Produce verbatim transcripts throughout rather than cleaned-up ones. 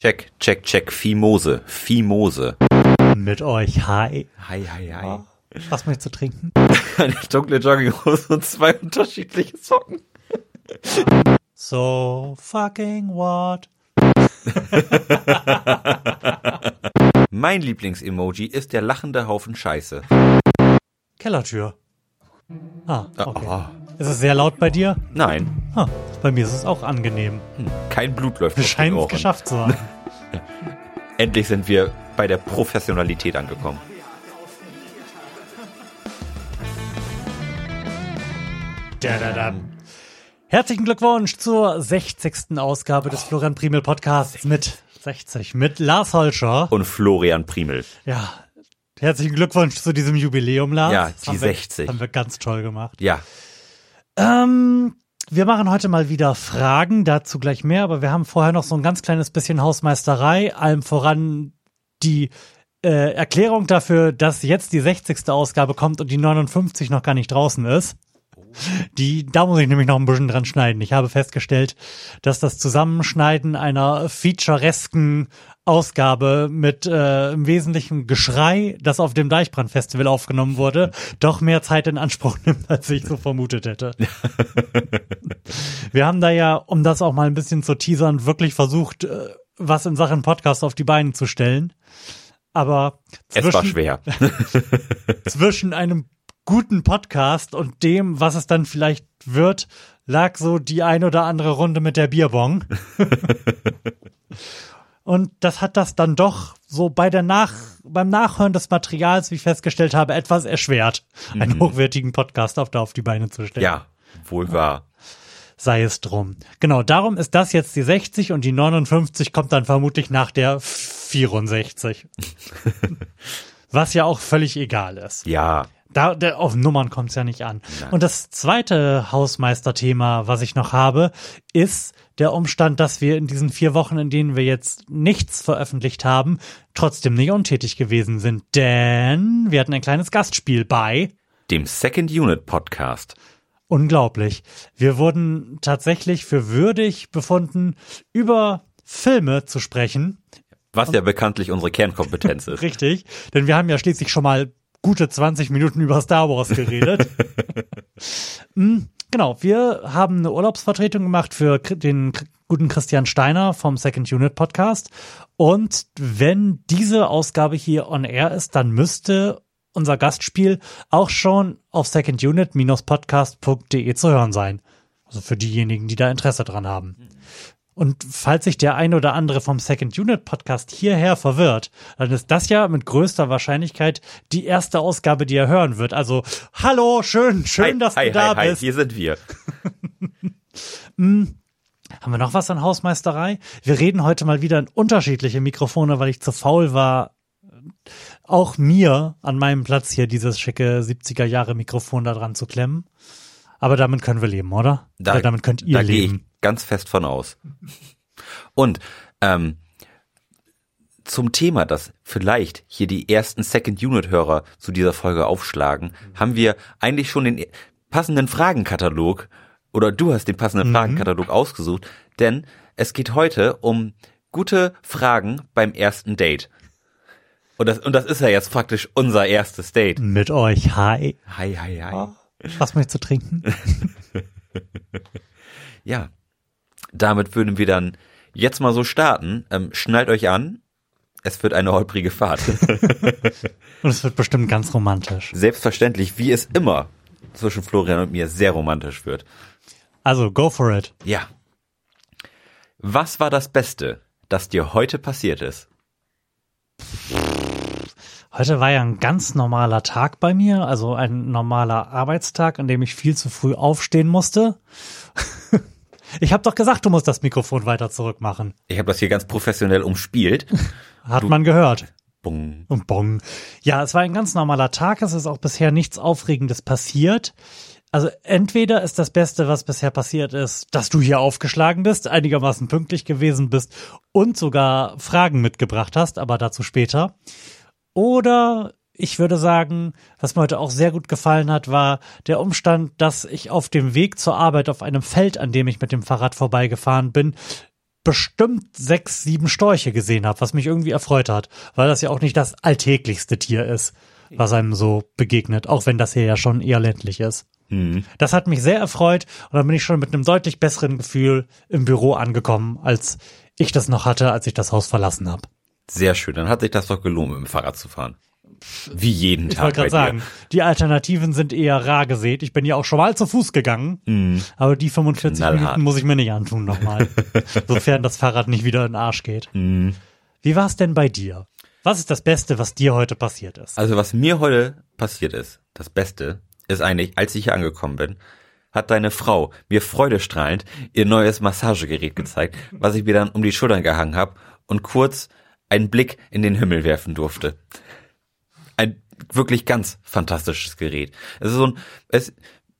Check, check, check, Fimose, Fimose. Mit euch, hi. Hi, hi, hi. Oh, was möchtest du trinken? Eine dunkle Jogginghose und zwei unterschiedliche Socken. So fucking what? Mein Lieblingsemoji ist der lachende Haufen Scheiße. Kellertür. Ah, okay. Oh. Ist es sehr laut bei dir? Nein. Ah, bei mir ist es auch angenehm. Hm. Kein Blut läuft Wir aus den scheinen es Ohren. geschafft zu haben. Endlich sind wir bei der Professionalität angekommen. Da, da, da. Herzlichen Glückwunsch zur sechzigsten Ausgabe des Florian Primel Podcasts mit sechzig, mit Lars Holscher. Und Florian Primel. Ja, herzlichen Glückwunsch zu diesem Jubiläum, Lars. Ja, das die haben sechzig. Wir, haben wir ganz toll gemacht. Ja. Ähm, wir machen heute mal wieder Fragen, dazu gleich mehr, aber wir haben vorher noch so ein ganz kleines bisschen Hausmeisterei, allem voran die äh, Erklärung dafür, dass jetzt die sechzigste Ausgabe kommt und die neunundfünfzig noch gar nicht draußen ist. Die, da muss ich nämlich noch ein bisschen dran schneiden. Ich habe festgestellt, dass das Zusammenschneiden einer featuresken Ausgabe mit äh, im Wesentlichen Geschrei, das auf dem Deichbrand-Festival aufgenommen wurde, doch mehr Zeit in Anspruch nimmt, als ich so vermutet hätte. Wir haben da ja, um das auch mal ein bisschen zu teasern, wirklich versucht, äh, was in Sachen Podcast auf die Beine zu stellen. Aber zwischen, es war schwer. zwischen einem guten Podcast und dem, was es dann vielleicht wird, lag so die ein oder andere Runde mit der Bierbong. Und das hat das dann doch so bei der Nach beim Nachhören des Materials, wie ich festgestellt habe, etwas erschwert, mhm. einen hochwertigen Podcast auf, da auf die Beine zu stellen. Ja, wohl wahr. Sei es drum. Genau, darum ist das jetzt die sechzig und die neunundfünfzig kommt dann vermutlich nach der vierundsechzig. Was ja auch völlig egal ist. Ja. Da, der, auf Nummern kommt es ja nicht an. Nein. Und das zweite Hausmeisterthema, was ich noch habe, ist der Umstand, dass wir in diesen vier Wochen, in denen wir jetzt nichts veröffentlicht haben, trotzdem nicht untätig gewesen sind. Denn wir hatten ein kleines Gastspiel bei dem Second Unit Podcast. Unglaublich. Wir wurden tatsächlich für würdig befunden, über Filme zu sprechen. Was ja bekanntlich unsere Kernkompetenz ist. Richtig, denn wir haben ja schließlich schon mal gute zwanzig Minuten über Star Wars geredet. Genau, wir haben eine Urlaubsvertretung gemacht für den guten Christian Steiner vom Second Unit Podcast. Und wenn diese Ausgabe hier on air ist, dann müsste unser Gastspiel auch schon auf second unit podcast punkt de zu hören sein. Also für diejenigen, die da Interesse dran haben. Und falls sich der ein oder andere vom Second Unit Podcast hierher verwirrt, dann ist das ja mit größter Wahrscheinlichkeit die erste Ausgabe, die er hören wird. Also, hallo, schön, schön, hi, dass hi, du da hi, bist. Hi, hier sind wir. hm, haben wir noch was an Hausmeisterei? Wir reden heute mal wieder in unterschiedliche Mikrofone, weil ich zu faul war, auch mir an meinem Platz hier dieses schicke siebziger Jahre Mikrofon da dran zu klemmen. Aber damit können wir leben, oder? Da, oder damit könnt ihr da leben. Gehe ich ganz fest von aus. Und ähm, zum Thema, dass vielleicht hier die ersten Second-Unit-Hörer zu dieser Folge aufschlagen, haben wir eigentlich schon den passenden Fragenkatalog, oder du hast den passenden mhm. Fragenkatalog ausgesucht, denn es geht heute um gute Fragen beim ersten Date. Und das, und das ist ja jetzt praktisch unser erstes Date. Mit euch, hi. Hi, hi, hi. Oh. Was möchtest du trinken? Ja, damit würden wir dann jetzt mal so starten. Ähm, schnallt euch an, es wird eine holprige Fahrt. Und es wird bestimmt ganz romantisch. Selbstverständlich, wie es immer zwischen Florian und mir sehr romantisch wird. Also, go for it. Ja. Was war das Beste, das dir heute passiert ist? Heute war ja ein ganz normaler Tag bei mir, also ein normaler Arbeitstag, an dem ich viel zu früh aufstehen musste. Ich habe doch gesagt, du musst das Mikrofon weiter zurück machen. Ich habe das hier ganz professionell umspielt. Hat du, man gehört. Bong. Und bong. Ja, es war ein ganz normaler Tag, es ist auch bisher nichts Aufregendes passiert. Also entweder ist das Beste, was bisher passiert ist, dass du hier aufgeschlagen bist, einigermaßen pünktlich gewesen bist und sogar Fragen mitgebracht hast, aber dazu später. Oder ich würde sagen, was mir heute auch sehr gut gefallen hat, war der Umstand, dass ich auf dem Weg zur Arbeit auf einem Feld, an dem ich mit dem Fahrrad vorbeigefahren bin, bestimmt sechs, sieben Storche gesehen habe, was mich irgendwie erfreut hat, weil das ja auch nicht das alltäglichste Tier ist, was einem so begegnet, auch wenn das hier ja schon eher ländlich ist. Mhm. Das hat mich sehr erfreut und dann bin ich schon mit einem deutlich besseren Gefühl im Büro angekommen, als ich das noch hatte, als ich das Haus verlassen habe. Sehr schön, dann hat sich das doch gelohnt, mit dem Fahrrad zu fahren. Wie jeden Ich Tag wollte bei gerade dir. sagen, die Alternativen sind eher rar gesät. Ich bin ja auch schon mal zu Fuß gegangen, Mhm. aber die fünfundvierzig Knallhart. Minuten muss ich mir nicht antun nochmal, sofern das Fahrrad nicht wieder in den Arsch geht. Mhm. Wie war es denn bei dir? Was ist das Beste, was dir heute passiert ist? Also was mir heute passiert ist, das Beste, ist eigentlich, als ich hier angekommen bin, hat deine Frau mir freudestrahlend ihr neues Massagegerät gezeigt, was ich mir dann um die Schultern gehangen habe und kurz einen Blick in den Himmel werfen durfte. Ein wirklich ganz fantastisches Gerät. Es ist so ein, es,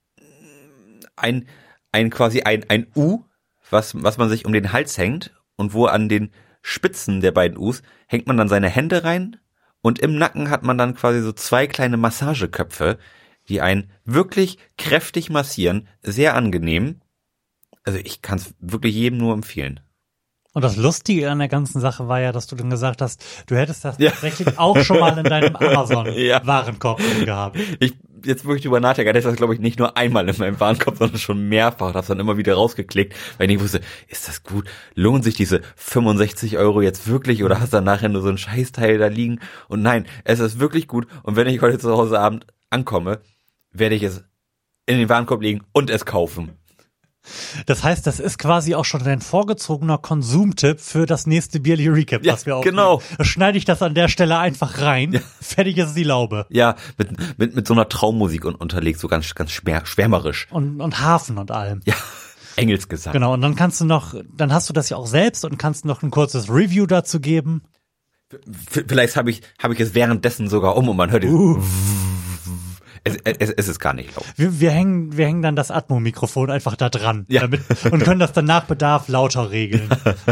ein, ein quasi ein, ein U, was, was man sich um den Hals hängt und wo an den Spitzen der beiden U's hängt man dann seine Hände rein und im Nacken hat man dann quasi so zwei kleine Massageköpfe, die einen wirklich kräftig massieren, sehr angenehm. Also ich kann es wirklich jedem nur empfehlen. Und das Lustige an der ganzen Sache war ja, dass du dann gesagt hast, du hättest das Ja. tatsächlich auch schon mal in deinem Ja. Amazon-Warenkorb drin gehabt. Ich, jetzt wo ich drüber nachdenke, hatte ich das glaube ich nicht nur einmal in meinem Warenkorb, sondern schon mehrfach. Und hab's dann immer wieder rausgeklickt, weil ich nicht wusste, ist das gut? Lohnt sich diese fünfundsechzig Euro jetzt wirklich? Oder hast du dann nachher nur so ein Scheißteil da liegen? Und nein, es ist wirklich gut. Und wenn ich heute zu Hause Abend ankomme, werde ich es in den Warenkorb legen und es kaufen. Das heißt, das ist quasi auch schon dein vorgezogener Konsumtipp für das nächste Bierly Recap, Ja, was wir aufnehmen. genau. Da schneide ich das an der Stelle einfach rein. Ja. Fertig ist die Laube. Ja, mit, mit, mit so einer Traummusik und unterlegt, so ganz, ganz schwär, schwärmerisch. Und, und Hafen und allem. Ja, Engelsgesang. Genau, und dann kannst du noch, dann hast du das ja auch selbst und kannst noch ein kurzes Review dazu geben. V- Vielleicht habe ich, habe ich es währenddessen sogar um und man hört es. Uh. Es, es, es ist gar nicht laut. Wir, wir hängen, wir hängen dann das Atmo-Mikrofon einfach da dran, Ja. damit, und können das dann nach Bedarf lauter regeln.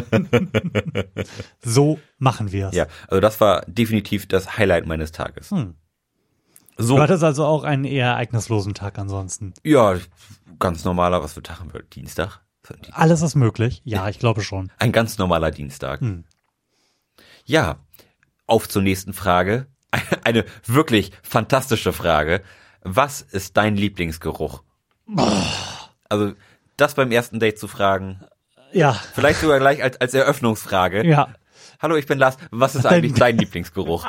So machen wir es. Ja, also das war definitiv das Highlight meines Tages. Hm. So, Du hattest also auch einen eher ereignislosen Tag ansonsten. ja, ganz normaler, was für Tag haben wir? Dienstag? Alles ist möglich. Ja, ich glaube schon. Ein ganz normaler Dienstag. Hm. Ja, auf zur nächsten Frage. Eine wirklich fantastische Frage. Was ist dein Lieblingsgeruch? Also, das beim ersten Date zu fragen, Ja, vielleicht sogar gleich als, als Eröffnungsfrage. ja. Hallo, ich bin Lars. Was ist eigentlich dein Lieblingsgeruch?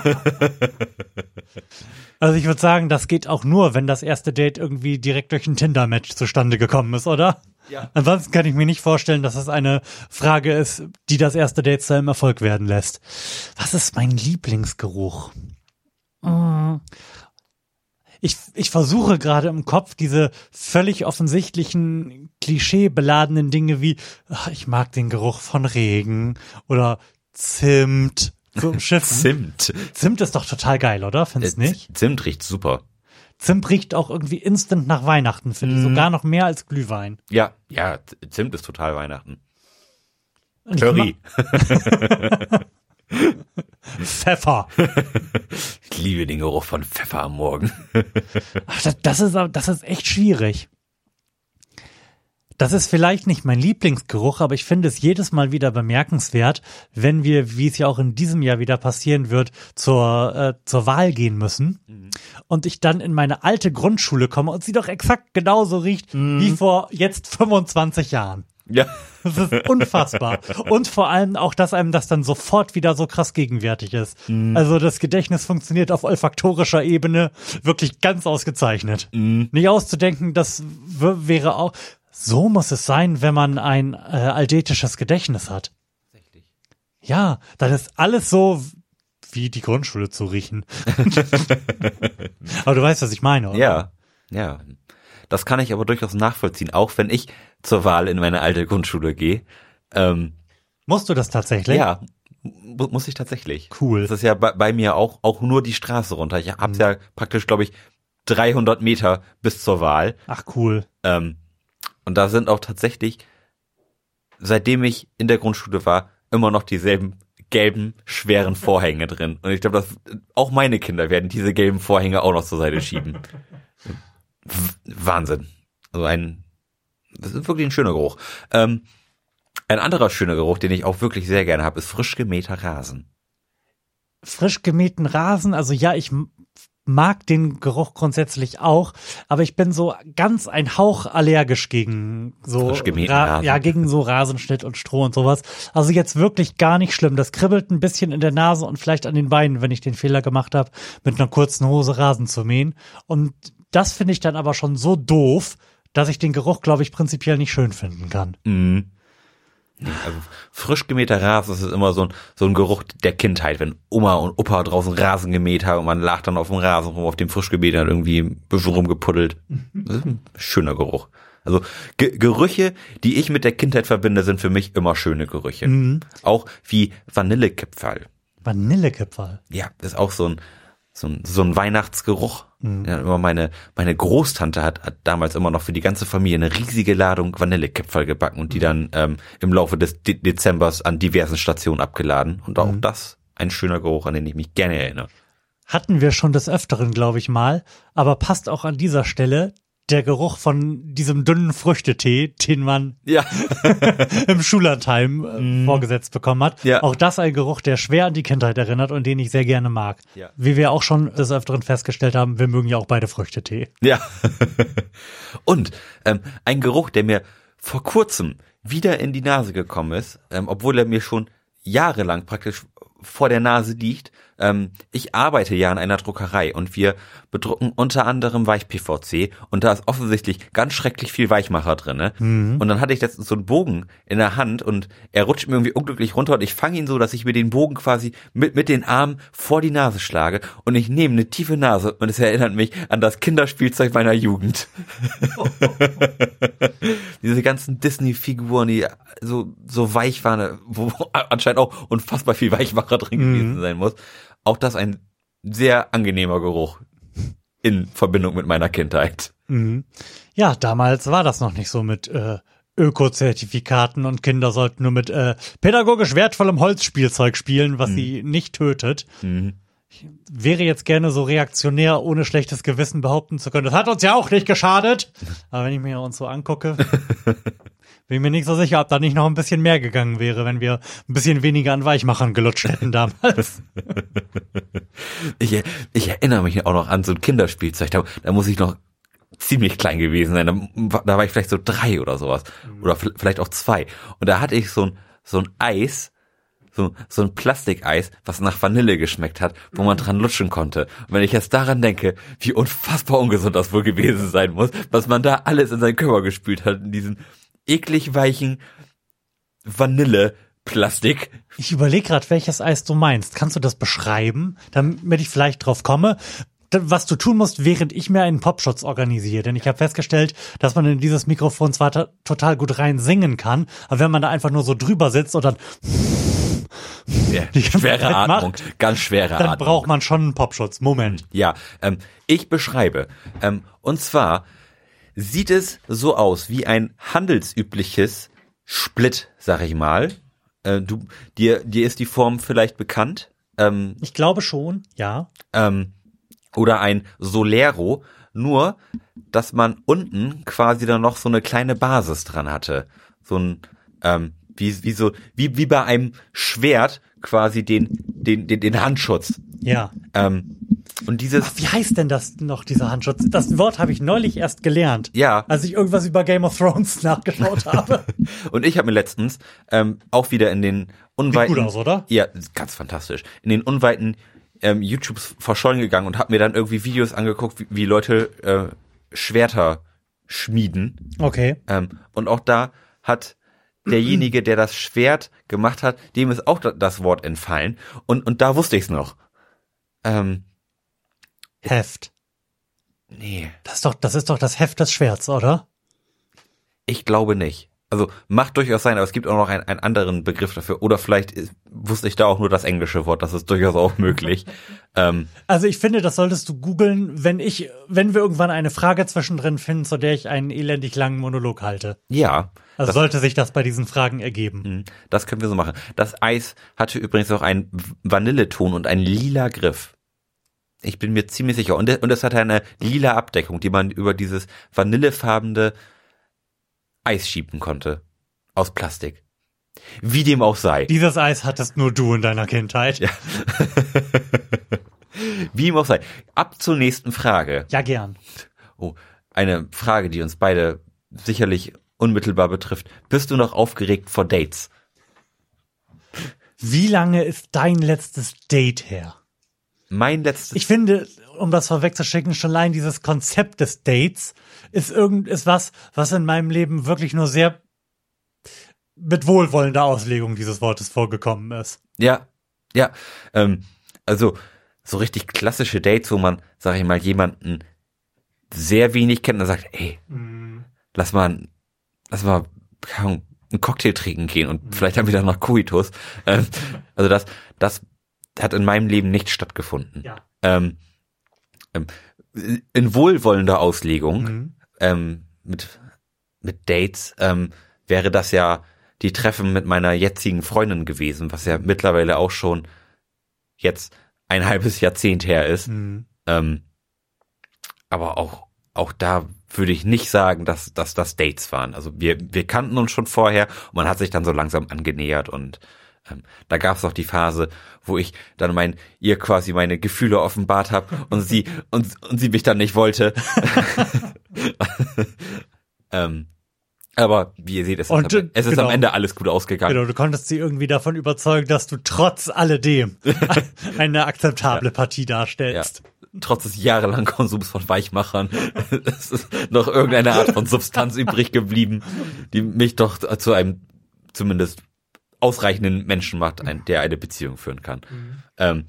Also ich würde sagen, das geht auch nur, wenn das erste Date irgendwie direkt durch ein Tinder-Match zustande gekommen ist, oder? Ja. Ansonsten kann ich mir nicht vorstellen, dass es eine Frage ist, die das erste Date zu einem Erfolg werden lässt. Was ist mein Lieblingsgeruch? Hm. Ich, ich versuche gerade im Kopf diese völlig offensichtlichen, klischeebeladenen Dinge wie, ach, ich mag den Geruch von Regen oder Zimt. So im Schiff. Zimt. Zimt ist doch total geil, oder? Findest du Äh, nicht? Zimt riecht super. Zimt riecht auch irgendwie instant nach Weihnachten, finde ich. Sogar noch mehr als Glühwein. Ja, ja, Z- Zimt ist total Weihnachten. Und ich Curry. ma- Pfeffer. Ich liebe den Geruch von Pfeffer am Morgen. Ach, das, das, ist, das ist echt schwierig. Das ist vielleicht nicht mein Lieblingsgeruch, aber ich finde es jedes Mal wieder bemerkenswert, wenn wir, wie es ja auch in diesem Jahr wieder passieren wird, zur, äh, zur Wahl gehen müssen mhm. und ich dann in meine alte Grundschule komme und sie doch exakt genauso riecht mhm. wie vor jetzt fünfundzwanzig Jahren. Ja. Das ist unfassbar. Und vor allem auch, dass einem das dann sofort wieder so krass gegenwärtig ist. Mhm. Also das Gedächtnis funktioniert auf olfaktorischer Ebene wirklich ganz ausgezeichnet. Mhm. Nicht auszudenken, das w- wäre auch... So muss es sein, wenn man ein äh, aldetisches Gedächtnis hat. Tatsächlich. Ja, dann ist alles so wie die Grundschule zu riechen. Aber du weißt, was ich meine, oder? Ja, ja. Das kann ich aber durchaus nachvollziehen, auch wenn ich zur Wahl in meine alte Grundschule gehe. Ähm, Musst du das tatsächlich? ja, mu- muss ich tatsächlich. Cool. Das ist ja bei, bei mir auch auch nur die Straße runter. Ich hab's mhm. ja praktisch, glaube ich, dreihundert Meter bis zur Wahl. Ach, cool. Ähm, Und da sind auch tatsächlich, seitdem ich in der Grundschule war, immer noch dieselben gelben, schweren Vorhänge drin. Und ich glaube, dass auch meine Kinder werden diese gelben Vorhänge auch noch zur Seite schieben. W- Wahnsinn. Also ein, das ist wirklich ein schöner Geruch. Ähm, Ein anderer schöner Geruch, den ich auch wirklich sehr gerne habe, ist frisch gemähter Rasen. Frisch gemähten Rasen, also ja, ich mag den Geruch grundsätzlich auch, aber ich bin so ganz ein Hauch allergisch gegen so Frisch gemähten Ra- Rasen. ja, gegen so Rasenschnitt und Stroh und sowas. Also jetzt wirklich gar nicht schlimm. Das kribbelt ein bisschen in der Nase und vielleicht an den Beinen, wenn ich den Fehler gemacht habe, mit einer kurzen Hose Rasen zu mähen. Und das finde ich dann aber schon so doof, dass ich den Geruch, glaube ich, prinzipiell nicht schön finden kann. Mhm. Also frisch gemähter Rasen, das ist immer so ein, so ein Geruch der Kindheit, wenn Oma und Opa draußen Rasen gemäht haben und man lag dann auf dem Rasen rum, auf dem frisch gemähten, hat irgendwie ein bisschen rumgepuddelt. Das ist ein schöner Geruch. Also Ge- Gerüche, die ich mit der Kindheit verbinde, sind für mich immer schöne Gerüche. Mhm. Auch wie Vanillekipferl. Vanillekipferl. Ja, ist auch so ein so ein, so ein Weihnachtsgeruch. Mhm. Ja, immer meine meine Großtante hat, hat damals immer noch für die ganze Familie eine riesige Ladung Vanillekipferl gebacken und die dann ähm, im Laufe des De- Dezembers an diversen Stationen abgeladen. Und auch Mhm. das ein schöner Geruch, an den ich mich gerne erinnere. Hatten wir schon des Öfteren, glaube ich mal, aber passt auch an dieser Stelle der Geruch von diesem dünnen Früchtetee, den man Ja. im Schullandheim äh, Mhm. vorgesetzt bekommen hat. Ja. Auch das ein Geruch, der schwer an die Kindheit erinnert und den ich sehr gerne mag. Ja. Wie wir auch schon des Öfteren festgestellt haben, wir mögen ja auch beide Früchtetee. Ja. Und ähm, ein Geruch, der mir vor kurzem wieder in die Nase gekommen ist, ähm, obwohl er mir schon jahrelang praktisch vor der Nase liegt. Ähm, ich arbeite ja in einer Druckerei und wir bedrucken unter anderem Weich-P V C und da ist offensichtlich ganz schrecklich viel Weichmacher drin. Ne? Mhm. Und dann hatte ich letztens so einen Bogen in der Hand und er rutscht mir irgendwie unglücklich runter und ich fange ihn so, dass ich mir den Bogen quasi mit, mit den Armen vor die Nase schlage und ich nehme eine tiefe Nase und es erinnert mich an das Kinderspielzeug meiner Jugend. Diese ganzen Disney-Figuren, die so, so weich waren, wo anscheinend auch unfassbar viel Weichmacher drin gewesen Mhm. sein muss. Auch das ein sehr angenehmer Geruch in Verbindung mit meiner Kindheit. Mhm. Ja, damals war das noch nicht so mit äh, Öko-Zertifikaten und Kinder sollten nur mit äh, pädagogisch wertvollem Holzspielzeug spielen, was Mhm. sie nicht tötet. Mhm. Wäre jetzt gerne so reaktionär, ohne schlechtes Gewissen behaupten zu können. Das hat uns ja auch nicht geschadet. Aber wenn ich mir uns so angucke, bin ich mir nicht so sicher, ob da nicht noch ein bisschen mehr gegangen wäre, wenn wir ein bisschen weniger an Weichmachern gelutscht hätten damals. Ich, ich erinnere mich auch noch an so ein Kinderspielzeug. Da, da muss ich noch ziemlich klein gewesen sein. Da, da war ich vielleicht so drei oder sowas. Oder f- vielleicht auch zwei. Und da hatte ich so ein, so ein Eis, so, so ein Plastikeis, was nach Vanille geschmeckt hat, wo man dran lutschen konnte. Und wenn ich jetzt daran denke, wie unfassbar ungesund das wohl gewesen sein muss, was man da alles in seinen Körper gespült hat, in diesen eklig weichen Vanilleplastik. Ich überlege gerade, welches Eis du meinst. Kannst du das beschreiben, damit ich vielleicht drauf komme? D- Was du tun musst, während ich mir einen Popschutz organisiere. Denn ich habe festgestellt, dass man in dieses Mikrofon zwar ta- total gut rein singen kann, aber wenn man da einfach nur so drüber sitzt und dann, Ja, Die ganze schwere Zeit Atmung, macht, ganz schwere dann Atmung. braucht man schon einen Popschutz. Moment. Ja, ähm, ich beschreibe. Ähm, und zwar sieht es so aus wie ein handelsübliches Split, sag ich mal. Äh, du, dir, dir ist die Form vielleicht bekannt. Ähm, Ich glaube schon, ja. ähm, oder ein Solero, nur, dass man unten quasi dann noch so eine kleine Basis dran hatte. So ein, ähm, wie, wie so, wie, wie bei einem Schwert quasi den, den, den, den Handschutz. Ja. Ähm, und dieses, Ach, wie heißt denn das noch, dieser Handschutz? Das Wort habe ich neulich erst gelernt. ja. Als ich irgendwas über Game of Thrones nachgeschaut habe. Und ich habe mir letztens ähm, auch wieder in den unweiten, Sieht gut aus, oder? Ja, ganz fantastisch, in den unweiten ähm, YouTubes verschollen gegangen und habe mir dann irgendwie Videos angeguckt, wie, wie Leute äh, Schwerter schmieden. Okay. Ähm, und auch da hat derjenige, der das Schwert gemacht hat, dem ist auch da- das Wort entfallen. Und und da wusste ich es noch. Ähm, Heft. nee, Das ist doch, das ist doch das Heft des Schwerts, oder? ich glaube nicht. Also macht durchaus sein, aber es gibt auch noch einen, einen anderen Begriff dafür. Oder vielleicht ist, wusste ich da auch nur das englische Wort, das ist durchaus auch möglich. ähm, Also ich finde, das solltest du googeln, wenn ich, wenn wir irgendwann eine Frage zwischendrin finden, zu der ich einen elendig langen Monolog halte. ja, Also das, sollte sich das bei diesen Fragen ergeben. mh, das können wir so machen. Das Eis hatte übrigens auch einen Vanilleton und einen lila Griff. Ich bin mir ziemlich sicher. Und, und es hatte eine lila Abdeckung, die man über dieses vanillefarbene Eis schieben konnte. Aus Plastik. Wie dem auch sei. Dieses Eis hattest nur du in deiner Kindheit. Ja. Wie dem auch sei. Ab zur nächsten Frage. Ja, gern. Oh, eine Frage, die uns beide sicherlich unmittelbar betrifft. Bist du noch aufgeregt vor Dates? Wie lange ist dein letztes Date her? Mein letztes... Ich finde, um das vorwegzuschicken, schon allein dieses Konzept des Dates ist irgend ist was, was in meinem Leben wirklich nur sehr mit wohlwollender Auslegung dieses Wortes vorgekommen ist. Ja, ja. Ähm, also so richtig klassische Dates, wo man, sag ich mal, jemanden sehr wenig kennt und sagt, ey, mm. lass mal, lass mal einen Cocktail trinken gehen und mm. vielleicht dann wieder nach Koitus. Ähm, also das, das hat in meinem Leben nicht stattgefunden. Ja. Ähm, ähm, in wohlwollender Auslegung mm. ähm, mit mit Dates ähm, wäre das ja die Treffen mit meiner jetzigen Freundin gewesen, was ja mittlerweile auch schon jetzt ein halbes Jahrzehnt her ist. Mm. Ähm, aber auch auch da würde ich nicht sagen, dass, dass das Dates waren. Also wir wir kannten uns schon vorher und man hat sich dann so langsam angenähert und ähm, da gab es auch die Phase, wo ich dann mein ihr quasi meine Gefühle offenbart habe und sie und und sie mich dann nicht wollte. ähm, aber wie ihr seht, es ist, und, am, es ist genau. am Ende alles gut ausgegangen. Genau, du konntest sie irgendwie davon überzeugen, dass du trotz alledem eine akzeptable ja. Partie darstellst. Ja. Trotz des jahrelangen Konsums von Weichmachern es ist noch irgendeine Art von Substanz übrig geblieben, die mich doch zu einem zumindest ausreichenden Menschen macht, ein, der eine Beziehung führen kann. Mhm. Ähm,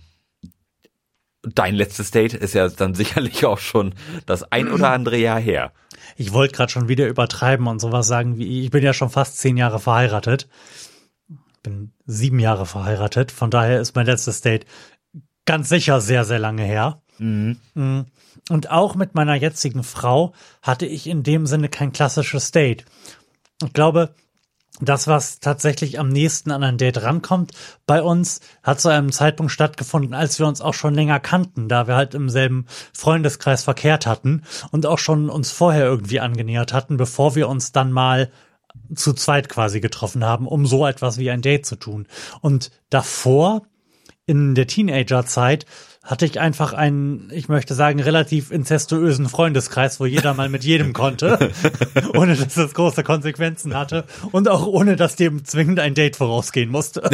dein letztes Date ist ja dann sicherlich auch schon das ein oder andere Jahr her. Ich wollte gerade schon wieder übertreiben und sowas sagen wie, ich bin ja schon fast zehn Jahre verheiratet. Bin sieben Jahre verheiratet, von daher ist mein letztes Date ganz sicher sehr, sehr lange her. Mhm. Und auch mit meiner jetzigen Frau hatte ich in dem Sinne kein klassisches Date. Ich glaube, das, was tatsächlich am nächsten an ein Date rankommt bei uns, hat zu einem Zeitpunkt stattgefunden, als wir uns auch schon länger kannten, da wir halt im selben Freundeskreis verkehrt hatten und auch schon uns vorher irgendwie angenähert hatten, bevor wir uns dann mal zu zweit quasi getroffen haben, um so etwas wie ein Date zu tun. Und davor, in der Teenagerzeit, hatte ich einfach einen, ich möchte sagen, relativ inzestuösen Freundeskreis, wo jeder mal mit jedem konnte, ohne dass das große Konsequenzen hatte und auch ohne, dass dem zwingend ein Date vorausgehen musste.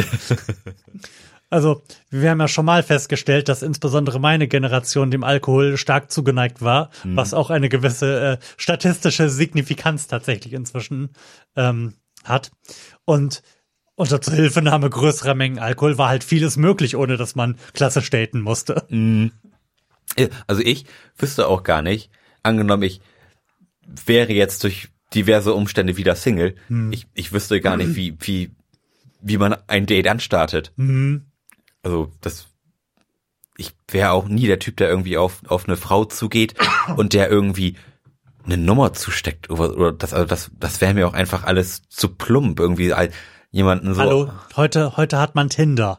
Also, wir haben ja schon mal festgestellt, dass insbesondere meine Generation dem Alkohol stark zugeneigt war, mhm. was auch eine gewisse äh, statistische Signifikanz tatsächlich inzwischen ähm, hat. Und unter Zuhilfenahme größerer Mengen Alkohol war halt vieles möglich, ohne dass man klassisch daten musste. Also ich wüsste auch gar nicht, angenommen ich wäre jetzt durch diverse Umstände wieder Single, hm. ich, ich wüsste gar nicht, wie, wie, wie man ein Date anstartet. Hm. Also das, ich wäre auch nie der Typ, der irgendwie auf, auf eine Frau zugeht und der irgendwie eine Nummer zusteckt oder, oder das, also das, das wäre mir auch einfach alles zu plump irgendwie. Jemanden so. Hallo, heute, heute hat man Tinder.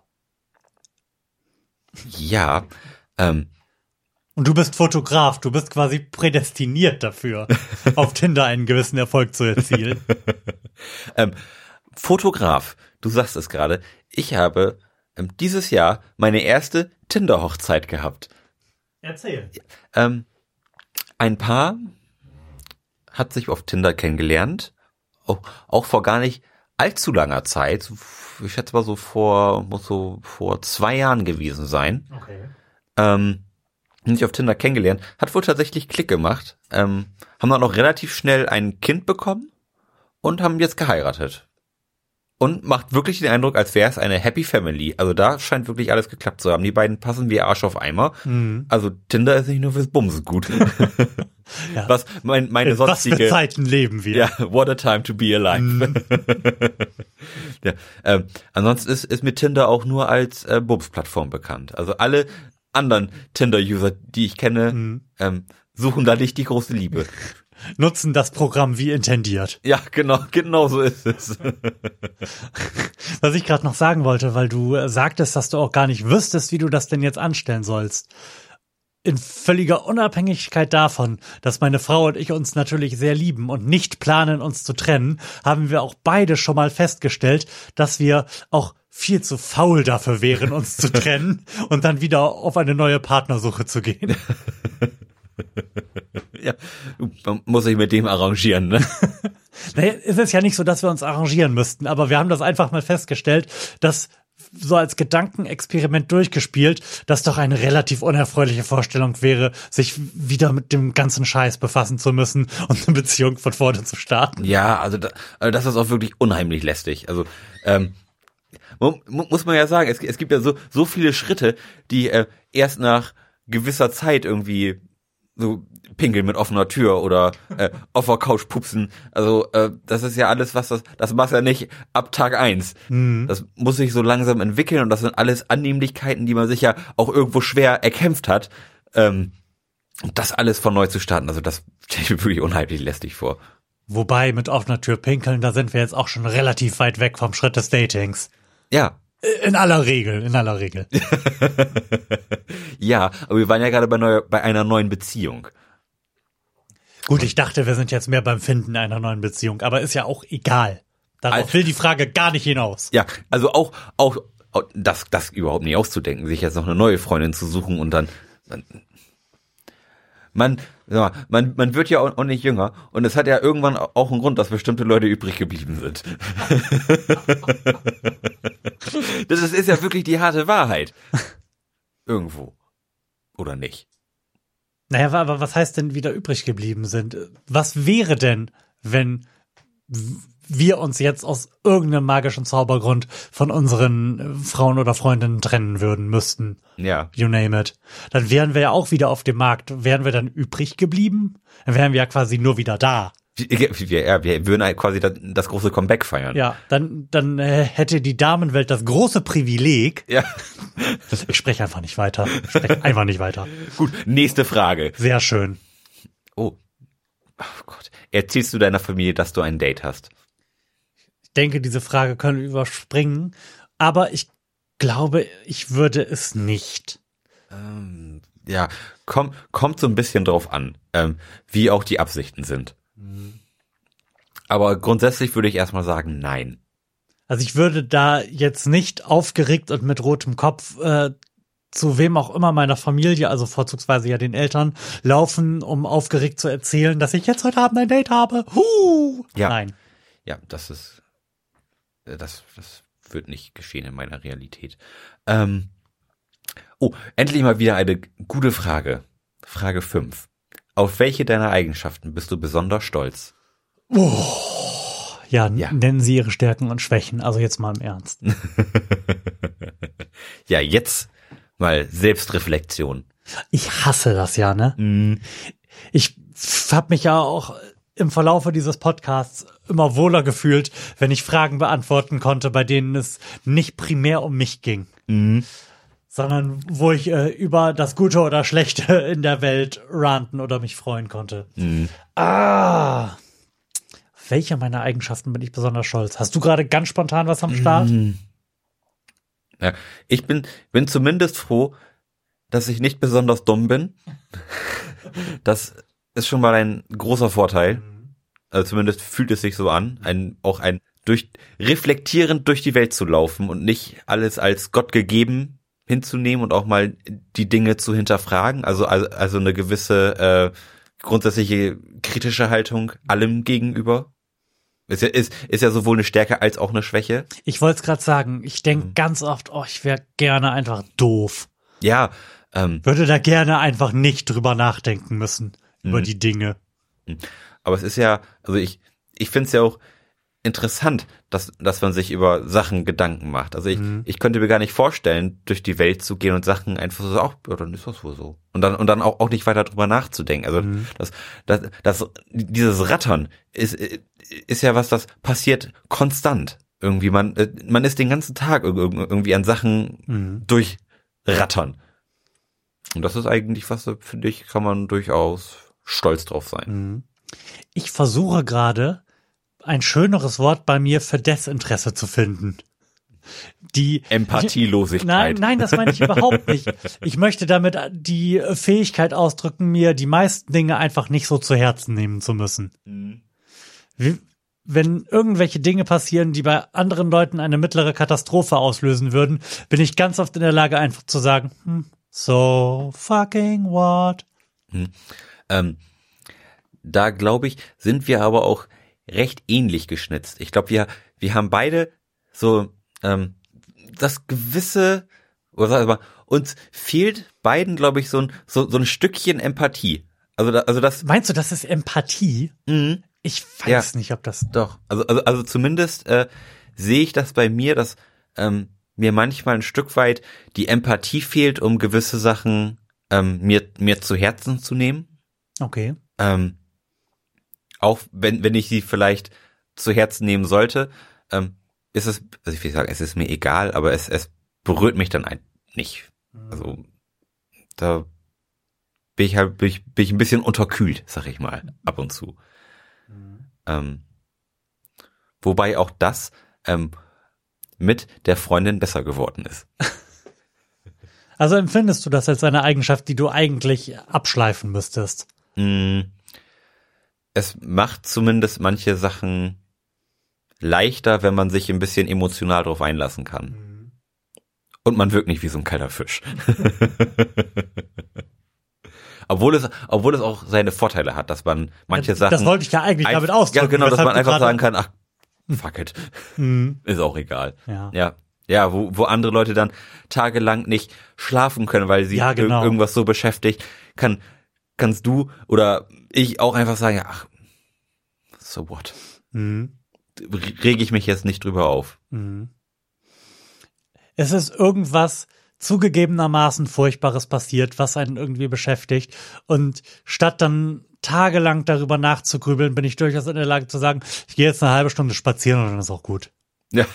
Ja. Ähm, Und du bist Fotograf, du bist quasi prädestiniert dafür, auf Tinder einen gewissen Erfolg zu erzielen. ähm, Fotograf, du sagst es gerade, ich habe ähm, dieses Jahr meine erste Tinder-Hochzeit gehabt. Erzähl. Ähm, ein Paar hat sich auf Tinder kennengelernt, auch, auch vor gar nicht allzu langer Zeit, ich schätze mal so vor, muss so vor zwei Jahren gewesen sein. Okay. Ähm, nicht auf Tinder kennengelernt, hat wohl tatsächlich Klick gemacht, ähm, haben dann auch relativ schnell ein Kind bekommen und haben jetzt geheiratet. Und macht wirklich den Eindruck, als wäre es eine Happy Family. Also da scheint wirklich alles geklappt zu haben. Die beiden passen wie Arsch auf Eimer. Mhm. Also Tinder ist nicht nur fürs Bumsen gut. Ja. Was mein, meine In sonstige... Was für Zeiten leben wir. Ja, what a time to be alive. Mhm. Ja, ähm, ansonsten ist, ist mir Tinder auch nur als äh, Bums-Plattform bekannt. Also alle anderen Tinder-User, die ich kenne, mhm. ähm, suchen da nicht die große Liebe. Nutzen das Programm wie intendiert. Ja, genau, genau so ist es. Was ich gerade noch sagen wollte, weil du sagtest, dass du auch gar nicht wüsstest, wie du das denn jetzt anstellen sollst. in völliger Unabhängigkeit davon, dass meine Frau und ich uns natürlich sehr lieben und nicht planen, uns zu trennen, haben wir auch beide schon mal festgestellt, dass wir auch viel zu faul dafür wären, uns zu trennen und dann wieder auf eine neue Partnersuche zu gehen. Ja, man muss sich mit dem arrangieren, ne? Naja, es ist ja nicht so, dass wir uns arrangieren müssten, aber wir haben das einfach mal festgestellt, dass so als Gedankenexperiment durchgespielt, dass doch eine relativ unerfreuliche Vorstellung wäre, sich wieder mit dem ganzen Scheiß befassen zu müssen und eine Beziehung von vorne zu starten. Ja, also, da, also das ist auch wirklich unheimlich lästig. Also ähm, mu muss man ja sagen, es, es gibt ja so so viele Schritte, die äh, erst nach gewisser Zeit irgendwie so pinkeln mit offener Tür oder äh, auf der Couch pupsen. Also äh, das ist ja alles, was das, das machst ja nicht ab Tag eins. Mhm. Das muss sich so langsam entwickeln und das sind alles Annehmlichkeiten, die man sich ja auch irgendwo schwer erkämpft hat. Ähm, das alles von neu zu starten, also das stelle ich mir wirklich unheimlich lästig vor. Wobei mit offener Tür pinkeln, da sind wir jetzt auch schon relativ weit weg vom Schritt des Datings. Ja. In aller Regel, in aller Regel. Ja, aber wir waren ja gerade bei, neu, bei einer neuen Beziehung. Gut, ich dachte, wir sind jetzt mehr beim Finden einer neuen Beziehung, aber ist ja auch egal. Darauf also, will die Frage gar nicht hinaus. Ja, also auch, auch, auch das, das überhaupt nicht auszudenken, sich jetzt noch eine neue Freundin zu suchen und dann, dann man, ja, man, man wird ja auch nicht jünger und es hat ja irgendwann auch einen Grund, dass bestimmte Leute übrig geblieben sind. Das ist, ist ja wirklich die harte Wahrheit. Irgendwo. Oder nicht? Naja, aber was heißt denn wieder übrig geblieben sind? Was wäre denn, wenn wir uns jetzt aus irgendeinem magischen Zaubergrund von unseren Frauen oder Freundinnen trennen würden müssten? Ja. You name it. Dann wären wir ja auch wieder auf dem Markt. Wären wir dann übrig geblieben? Dann wären wir ja quasi nur wieder da. Wir, ja, wir würden halt quasi das große Comeback feiern. Ja, dann, dann äh, hätte die Damenwelt das große Privileg. Ja. Ich spreche einfach nicht weiter. Ich spreche einfach nicht weiter. Gut, nächste Frage. Sehr schön. Oh. Oh Gott. Erzählst du deiner Familie, dass du ein Date hast? Ich denke, diese Frage können wir überspringen. Aber ich glaube, ich würde es nicht. Ähm, ja, komm, kommt so ein bisschen drauf an, ähm, wie auch die Absichten sind. Aber grundsätzlich würde ich erstmal sagen, nein. Also ich würde da jetzt nicht aufgeregt und mit rotem Kopf äh, zu wem auch immer meiner Familie, also vorzugsweise ja den Eltern, laufen, um aufgeregt zu erzählen, dass ich jetzt heute Abend ein Date habe. Huh! Ja. Nein. Ja, das ist, das, das wird nicht geschehen in meiner Realität. Ähm, oh, endlich mal wieder eine gute Frage. Frage fünf. Auf welche deiner Eigenschaften bist du besonders stolz? Oh, ja, ja, nennen Sie Ihre Stärken und Schwächen, also jetzt mal im Ernst. Ja, jetzt mal Selbstreflexion. Ich hasse das ja, ne? Mm. Ich habe mich ja auch im Verlaufe dieses Podcasts immer wohler gefühlt, wenn ich Fragen beantworten konnte, bei denen es nicht primär um mich ging. Mm. Sondern wo ich äh, über das Gute oder Schlechte in der Welt ranten oder mich freuen konnte. Mhm. Ah, welche meiner Eigenschaften bin ich besonders stolz? Hast du gerade ganz spontan was am Start? Mhm. Ja, ich bin, bin zumindest froh, dass ich nicht besonders dumm bin. Das ist schon mal ein großer Vorteil. Also zumindest fühlt es sich so an, ein, auch ein durch reflektierend durch die Welt zu laufen und nicht alles als Gott gegeben hinzunehmen und auch mal die Dinge zu hinterfragen, also also, also eine gewisse äh, grundsätzliche kritische Haltung allem gegenüber. Ist ja, ist, ist ja sowohl eine Stärke als auch eine Schwäche. Ich wollte es gerade sagen, ich denke mhm. ganz oft, oh, ich wäre gerne einfach doof. Ja. Ähm, Würde da gerne einfach nicht drüber nachdenken müssen, mhm. über die Dinge. Aber es ist ja, also ich, ich finde es ja auch interessant, dass, dass man sich über Sachen Gedanken macht. Also ich, mhm. ich könnte mir gar nicht vorstellen, durch die Welt zu gehen und Sachen einfach so, ach, ja, dann ist das wohl so. Und dann, und dann auch, auch nicht weiter drüber nachzudenken. Also, mhm. das, das, das, dieses Rattern ist, ist ja was, das passiert konstant. Irgendwie, man, man ist den ganzen Tag irgendwie an Sachen mhm. durchrattern. Und das ist eigentlich was, da finde ich, kann man durchaus stolz drauf sein. Mhm. Ich versuche gerade, ein schöneres Wort bei mir für Desinteresse zu finden. Die Empathielosigkeit. Nein, nein, das meine ich überhaupt nicht. Ich möchte damit die Fähigkeit ausdrücken, mir die meisten Dinge einfach nicht so zu Herzen nehmen zu müssen. Mhm. Wie, wenn irgendwelche Dinge passieren, die bei anderen Leuten eine mittlere Katastrophe auslösen würden, bin ich ganz oft in der Lage, einfach zu sagen, hm, so fucking what? Hm. Ähm, da glaube ich, sind wir aber auch recht ähnlich geschnitzt. Ich glaube, wir wir haben beide so ähm, das gewisse, oder sag ich mal, uns fehlt beiden, glaube ich, so ein so so ein Stückchen Empathie. Also da, also das. Meinst du, das ist Empathie? Mhm. Ich weiß ja nicht, ob das. Doch. Also also also zumindest äh, sehe ich das bei mir, dass ähm, mir manchmal ein Stück weit die Empathie fehlt, um gewisse Sachen ähm, mir mir zu Herzen zu nehmen. Okay. Ähm, auch wenn wenn ich sie vielleicht zu Herzen nehmen sollte, ähm, ist es, also ich will sagen, es ist mir egal, aber es es berührt mich dann ein, nicht. Also da bin ich halt bin ich, bin ich ein bisschen unterkühlt, sag ich mal, ab und zu. Mhm. Ähm, wobei auch das ähm, mit der Freundin besser geworden ist. Also empfindest du das als eine Eigenschaft, die du eigentlich abschleifen müsstest? Mm, es macht zumindest manche Sachen leichter, wenn man sich ein bisschen emotional drauf einlassen kann. Mhm. Und man wirkt nicht wie so ein kalter Fisch. obwohl es, obwohl es auch seine Vorteile hat, dass man manche das Sachen... Das wollte ich ja eigentlich damit ausdrücken. Ja, genau, dass man einfach sagen kann, ach, fuck it. Mhm. Ist auch egal. Ja. Ja. Ja, wo, wo andere Leute dann tagelang nicht schlafen können, weil sie ja, genau. ir- irgendwas so beschäftigt, kann, kannst du oder ich auch einfach sagen, ach, so what? Mhm. Rege ich mich jetzt nicht drüber auf. Mhm. Es ist irgendwas zugegebenermaßen Furchtbares passiert, was einen irgendwie beschäftigt. Und statt dann tagelang darüber nachzugrübeln, bin ich durchaus in der Lage zu sagen, ich gehe jetzt eine halbe Stunde spazieren und dann ist auch gut. Ja.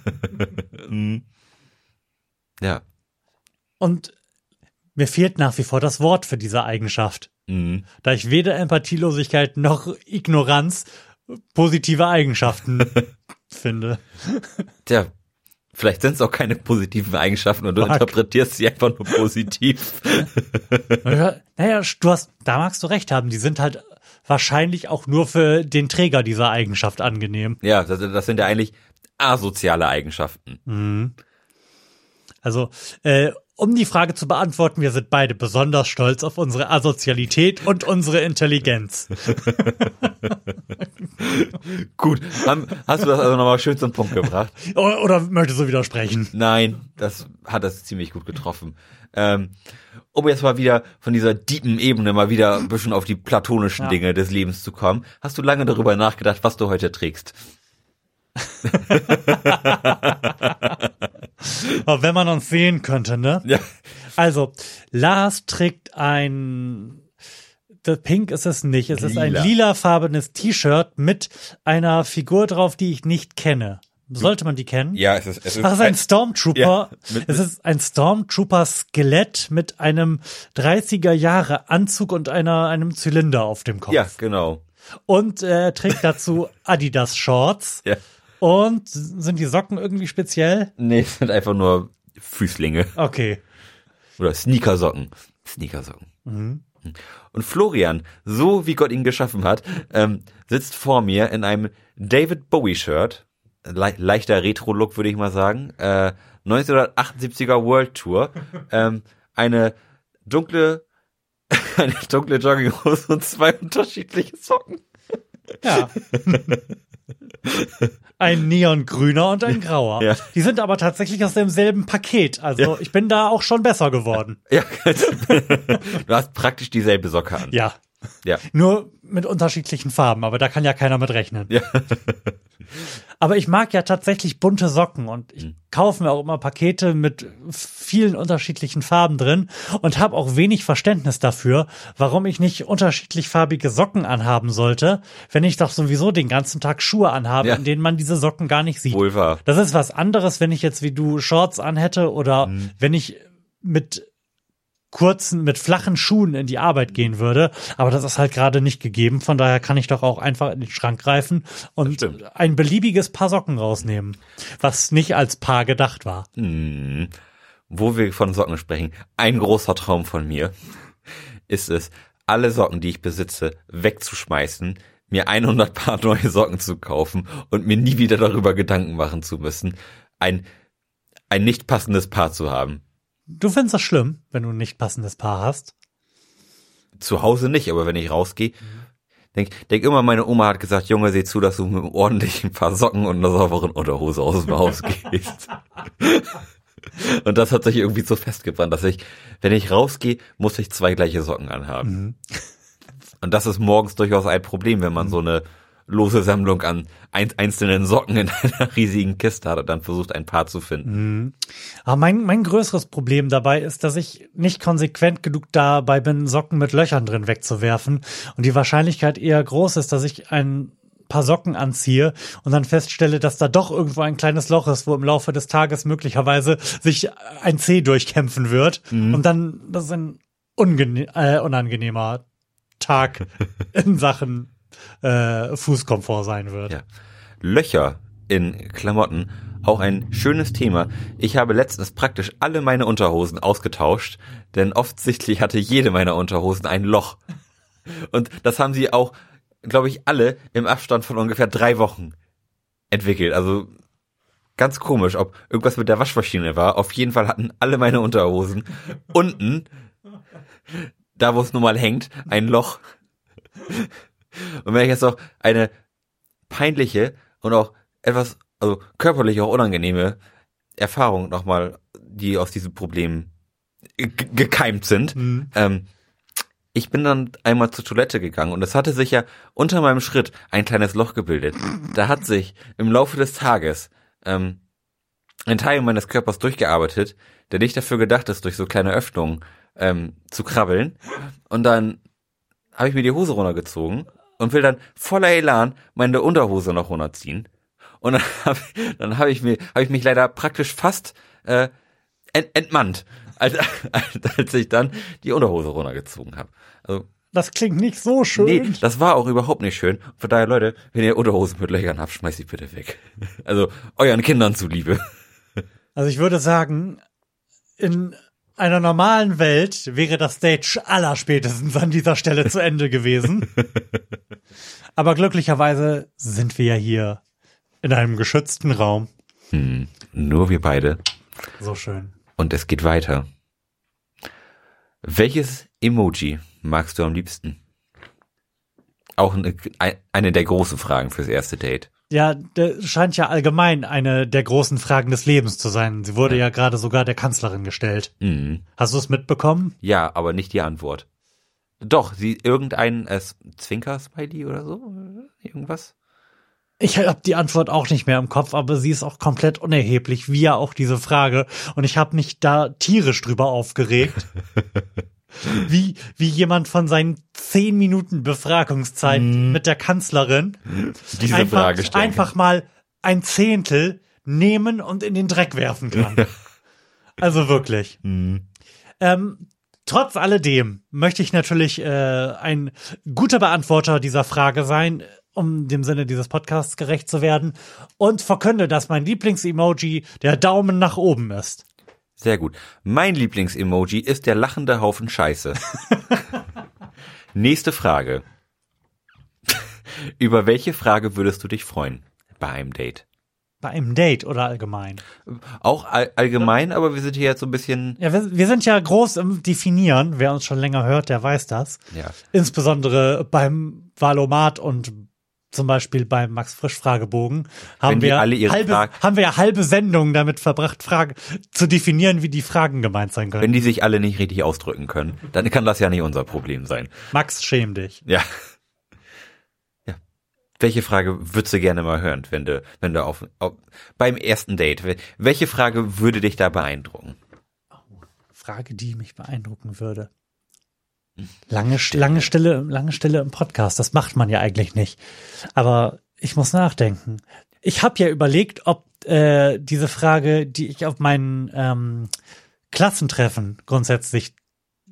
Ja. Und mir fehlt nach wie vor das Wort für diese Eigenschaft. Mhm. Da ich weder Empathielosigkeit noch Ignoranz positive Eigenschaften finde. Tja, vielleicht sind es auch keine positiven Eigenschaften und du Fuck. interpretierst sie einfach nur positiv. Naja, du hast, da magst du recht haben, die sind halt wahrscheinlich auch nur für den Träger dieser Eigenschaft angenehm. Ja, das, das sind ja eigentlich asoziale Eigenschaften. Mhm. Also, äh, um die Frage zu beantworten, wir sind beide besonders stolz auf unsere Asozialität und unsere Intelligenz. Gut, haben, hast du das also nochmal schön zum Punkt gebracht? Oder, oder möchtest du widersprechen? Nein, das hat das ziemlich gut getroffen. Ähm, um jetzt mal wieder von dieser deepen Ebene mal wieder ein bisschen auf die platonischen Ja. Dinge des Lebens zu kommen, hast du lange darüber nachgedacht, was du heute trägst? Aber wenn man uns sehen könnte, ne? Ja. Also, Lars trägt ein, the Pink ist es nicht, es ist ein Lila. lilafarbenes T-Shirt mit einer Figur drauf, die ich nicht kenne. Sollte man die kennen? Ja, es ist, es ist, Ach, es ist ein Stormtrooper. Ja, mit- es ist ein Stormtrooper-Skelett mit einem dreißiger Jahre Anzug und einer, einem Zylinder auf dem Kopf. ja, genau. Und er trägt dazu Adidas Shorts. Ja. Und sind die Socken irgendwie speziell? Nee, es sind einfach nur Füßlinge. Okay. Oder Sneakersocken. Sneakersocken. Mhm. Und Florian, so wie Gott ihn geschaffen hat, ähm, sitzt vor mir in einem David Bowie-Shirt. Le- leichter Retro-Look, würde ich mal sagen. Äh, neunzehnhundertachtundsiebziger World Tour. Ähm, eine dunkle, eine dunkle Jogginghose und zwei unterschiedliche Socken. Ja. Ein neongrüner und ein grauer. Ja. Die sind aber tatsächlich aus demselben Paket. Also Ja. ich bin da auch schon besser geworden. Ja, du hast praktisch dieselbe Socke an. Ja. Ja. Nur mit unterschiedlichen Farben, aber da kann ja keiner mit rechnen. Ja. Aber ich mag ja tatsächlich bunte Socken und ich Mhm. kaufe mir auch immer Pakete mit vielen unterschiedlichen Farben drin und habe auch wenig Verständnis dafür, warum ich nicht unterschiedlich farbige Socken anhaben sollte, wenn ich doch sowieso den ganzen Tag Schuhe anhabe, Ja. in denen man diese Socken gar nicht sieht. Wohl wahr. Das ist was anderes, wenn ich jetzt wie du Shorts anhätte oder Mhm. wenn ich mit kurzen, mit flachen Schuhen in die Arbeit gehen würde. Aber das ist halt gerade nicht gegeben. Von daher kann ich doch auch einfach in den Schrank greifen und ein beliebiges Paar Socken rausnehmen, was nicht als Paar gedacht war. Hm. Wo wir von Socken sprechen, ein großer Traum von mir ist es, alle Socken, die ich besitze, wegzuschmeißen, mir hundert Paar neue Socken zu kaufen und mir nie wieder darüber Gedanken machen zu müssen, ein, ein nicht passendes Paar zu haben. Du findest das schlimm, wenn du ein nicht passendes Paar hast? Zu Hause nicht, aber wenn ich rausgehe, denk, denk immer, meine Oma hat gesagt, Junge, seh zu, dass du mit einem ordentlichen Paar Socken und einer sauberen Unterhose aus dem Haus gehst. Und das hat sich irgendwie so festgebrannt, dass ich, wenn ich rausgehe, muss ich zwei gleiche Socken anhaben. Mhm. Und das ist morgens durchaus ein Problem, wenn man mhm. so eine lose Sammlung an ein, einzelnen Socken in einer riesigen Kiste hat und dann versucht, ein Paar zu finden. Mhm. Aber mein, mein größeres Problem dabei ist, dass ich nicht konsequent genug dabei bin, Socken mit Löchern drin wegzuwerfen. Und die Wahrscheinlichkeit eher groß ist, dass ich ein paar Socken anziehe und dann feststelle, dass da doch irgendwo ein kleines Loch ist, wo im Laufe des Tages möglicherweise sich ein Zeh durchkämpfen wird. Mhm. Und dann, das ist ein ungene- äh, unangenehmer Tag in Sachen äh, Fußkomfort sein wird. Ja. Löcher in Klamotten, auch ein schönes Thema. Ich habe letztens praktisch alle meine Unterhosen ausgetauscht, denn offensichtlich hatte jede meiner Unterhosen ein Loch. Und das haben sie auch, glaube ich, alle im Abstand von ungefähr drei Wochen entwickelt. Also ganz komisch, ob irgendwas mit der Waschmaschine war. Auf jeden Fall hatten alle meine Unterhosen unten, da wo es nun mal hängt, ein Loch. Und wenn ich jetzt noch eine peinliche und auch etwas, also körperlich auch unangenehme Erfahrung nochmal, die aus diesem Problem g- gekeimt sind, mhm. ähm, ich bin dann einmal zur Toilette gegangen und es hatte sich ja unter meinem Schritt ein kleines Loch gebildet. Da hat sich im Laufe des Tages ähm, ein Teil meines Körpers durchgearbeitet, der nicht dafür gedacht ist, durch so kleine Öffnungen ähm, zu krabbeln. Und dann habe ich mir die Hose runtergezogen und will dann voller Elan meine Unterhose noch runterziehen. Und dann habe dann hab ich, mir, hab ich mich leider praktisch fast äh, ent, entmannt, als, als, als ich dann die Unterhose runtergezogen habe. Also, das klingt nicht so schön. Nee, das war auch überhaupt nicht schön. Von daher, Leute, wenn ihr Unterhosen mit Löchern habt, schmeißt die bitte weg. Also euren Kindern zuliebe. Also ich würde sagen, in einer normalen Welt wäre das Date allerspätestens an dieser Stelle zu Ende gewesen. Aber glücklicherweise sind wir ja hier in einem geschützten Raum. Hm, nur wir beide. So schön. Und es geht weiter. Welches Emoji magst du am liebsten? Auch eine, eine der großen Fragen fürs erste Date. Ja, das scheint ja allgemein eine der großen Fragen des Lebens zu sein. Sie wurde ja, ja gerade sogar der Kanzlerin gestellt. Mhm. Hast du es mitbekommen? Ja, aber nicht die Antwort. Doch, sie irgendein äh, Zwinker-Smiley oder so? Irgendwas? Ich habe die Antwort auch nicht mehr im Kopf, aber sie ist auch komplett unerheblich, wie ja auch diese Frage. Und ich habe mich da tierisch drüber aufgeregt. Wie, wie jemand von seinen zehn Minuten Befragungszeit mm. mit der Kanzlerin diese einfach, Frage stellen einfach mal ein Zehntel nehmen und in den Dreck werfen kann. Also wirklich. Mm. Ähm, trotz alledem möchte ich natürlich äh, ein guter Beantworter dieser Frage sein, um dem Sinne dieses Podcasts gerecht zu werden, und verkünde, dass mein Lieblings-Emoji der Daumen nach oben ist. Sehr gut. Mein Lieblings-Emoji ist der lachende Haufen Scheiße. Nächste Frage. Über welche Frage würdest du dich freuen bei einem Date? Bei einem Date oder allgemein? Auch all, allgemein, aber wir sind hier jetzt so ein bisschen... Ja, wir, wir sind ja groß im Definieren. Wer uns schon länger hört, der weiß das. Ja. Insbesondere beim Valomat und zum Beispiel beim Max-Frisch-Fragebogen haben wir, alle ihre halbe, Fragen, haben wir ja halbe Sendungen damit verbracht, Fragen zu definieren, wie die Fragen gemeint sein können. Wenn die sich alle nicht richtig ausdrücken können, dann kann das ja nicht unser Problem sein. Max, schäm dich. Ja. Ja. Welche Frage würdest du gerne mal hören, wenn du, wenn du auf, auf beim ersten Date, welche Frage würde dich da beeindrucken? Frage, die mich beeindrucken würde. Lange, lange Stille, lange Stille im Podcast, das macht man ja eigentlich nicht. Aber ich muss nachdenken. Ich habe ja überlegt, ob äh, diese Frage, die ich auf meinen ähm, Klassentreffen grundsätzlich